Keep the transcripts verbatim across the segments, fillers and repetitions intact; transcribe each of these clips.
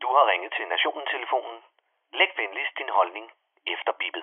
har ringet til Nationen-telefonen. Læg venligst din holdning efter bippet.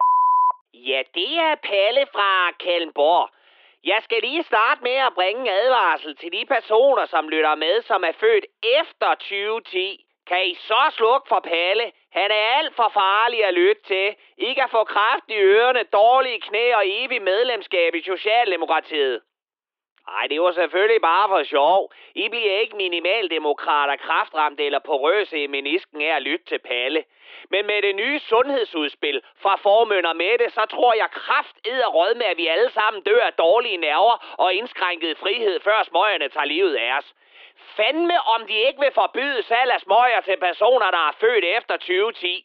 Ja, det er Palle fra Kalundborg. Jeg skal lige starte med at bringe en advarsel til de personer, som lytter med, som er født efter tyve ti. Kan I så slukke for Palle? Han er alt for farlig at lytte til. I kan få kræft i ørerne, dårlige knæ og evig medlemskab i Socialdemokratiet. Nej, det var selvfølgelig bare for sjov. I bliver ikke minimaldemokrater, kræftramte eller porøse i menisken af at lytte til Palle. Men med det nye sundhedsudspil fra formønder Mette, så tror jeg kraftedderråd med, at vi alle sammen dør af dårlige nerver og indskrænket frihed, før smøgerne tager livet af os. Fandme om de ikke vil forbyde salg af smøger til personer, der er født efter tyve ti.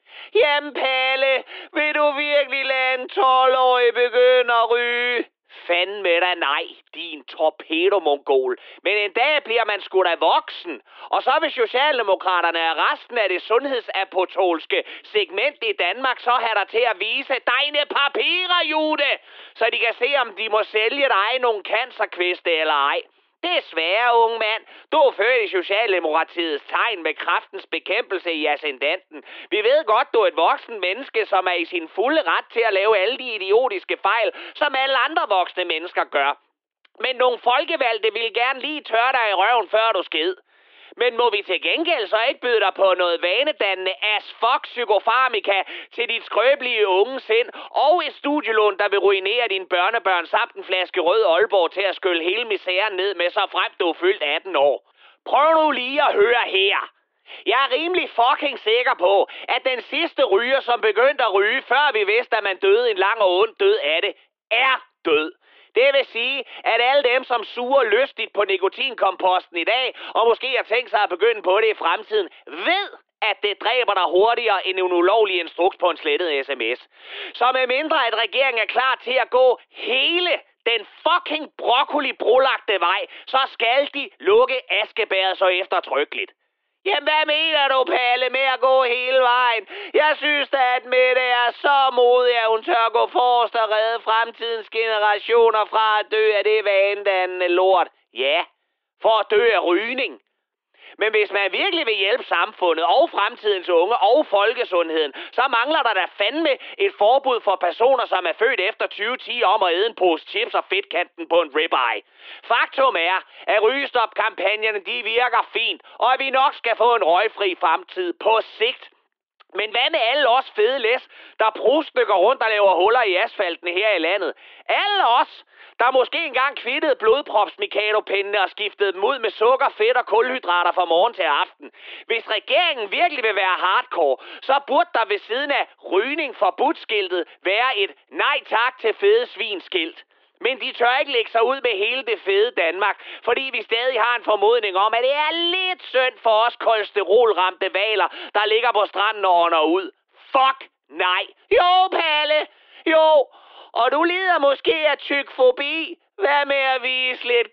Jamen Palle, vil du virkelig lade en tolv-årig begynde at ryge? Fandme da nej, din torpedomongol. Men en dag bliver man sgu da voksen. Og så vil Socialdemokraterne af resten af det sundhedsapotolske segment i Danmark så have dig til at vise degne papirer, Jude, så de kan se, om de må sælge dig nogle cancerkviste eller ej. Desværre, unge mand. Du er født i Socialdemokratiets tegn med kræftens bekæmpelse i ascendanten. Vi ved godt, du er et voksen menneske, som er i sin fulde ret til at lave alle de idiotiske fejl, som alle andre voksne mennesker gør. Men nogle folkevalgte vil gerne lige tørre dig i røven, før du skid. Men må vi til gengæld så ikke byde dig på noget vanedannende as fuck psykofarmika til dit skrøbelige unge sind og et studielån, der vil ruinere dine børnebørn samt en flaske rød Aalborg til at skylle hele misæren ned med, så frem du er fyldt atten år. Prøv nu lige at høre her. Jeg er rimelig fucking sikker på, at den sidste ryger, som begyndte at ryge, før vi vidste, at man døde en lang og ond død af det, er død. Det vil sige, at alle dem, som suger lystigt på nikotinkomposten i dag, og måske har tænkt sig at begynde på det i fremtiden, ved, at det dræber dig hurtigere end en ulovlig instruks på en slettet sms. Så med mindre, at regeringen er klar til at gå hele den fucking broccoli-brolagte vej, så skal de lukke Askebæret så eftertrykkeligt. Jamen, hvad mener du, Palle, med at gå hele vejen? Jeg synes da, at Mette er så modig, at hun tør gå forrest og redde fremtidens generationer fra at dø af det vanedannende lort. Ja, for at dø af rygning. Men hvis man virkelig vil hjælpe samfundet og fremtidens unge og folkesundheden, så mangler der da fandme et forbud for personer, som er født efter tyve ti om at æde en pose chips og fedtkanten på en ribeye. Faktum er, at rygestop-kampagnerne de virker fint, og at vi nok skal få en røgfri fremtid på sigt. Men hvad med alle os fede læs, der prustende går rundt og laver huller i asfalten her i landet? Alle os, der måske engang kvittede blodprops-mikadopindene og skiftede dem ud med sukker, fedt og kulhydrater fra morgen til aften. Hvis regeringen virkelig vil være hardcore, så burde der ved siden af rygning forbudt-skiltet være et nej tak til fede svin-skilt. Men de tør ikke lægge sig ud med hele det fede Danmark, fordi vi stadig har en formodning om, at det er lidt synd for os kolesterolramte valer, der ligger på stranden og ånder ud. Fuck nej. Jo, Palle. Jo. Og du lider måske af tykfobi. Hvad med at vise lidt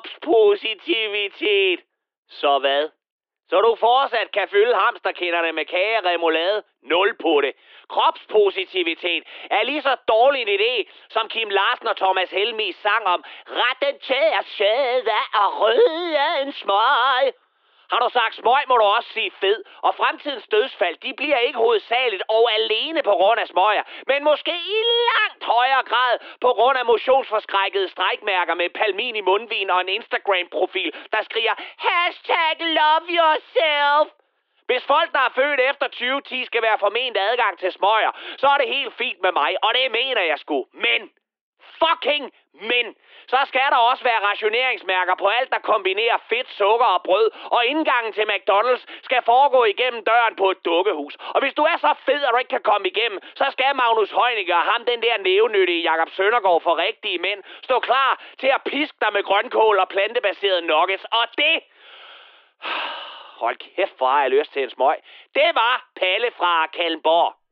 kropspositivitet? Så hvad? Så du fortsat kan fylde hamsterkinderne med kage og remoulade? Nul på det. Kropspositivitet er lige så dårlig en idé, som Kim Larsen og Thomas Helmis sang om retten til at skade og røde en smøg. Har du sagt smøg, må du også sige fed. Og fremtidens dødsfald, de bliver ikke hovedsageligt og alene på grund af smøger, men måske i langt højere grad på grund af motionsforskrækkede strækmærker med palmin i mundvin og en Instagram-profil, der skriger hashtag love yourself. Hvis folk, der er født efter tyve ti, skal være forment adgang til smøger, så er det helt fint med mig, og det mener jeg sgu. Men, fucking men, så skal der også være rationeringsmærker på alt, der kombinerer fedt, sukker og brød, og indgangen til McDonald's skal foregå igennem døren på et dukkehus. Og hvis du er så fed, at du ikke kan komme igennem, så skal Magnus Heunicke og ham, den der nævenyttige Jakob Søndergaard for rigtige mænd, stå klar til at piske dig med grønkål og plantebaserede nuggets. Og det... Hold kæft, hvor har jeg lyst til en smøg. Det var Palle fra Kalundborg.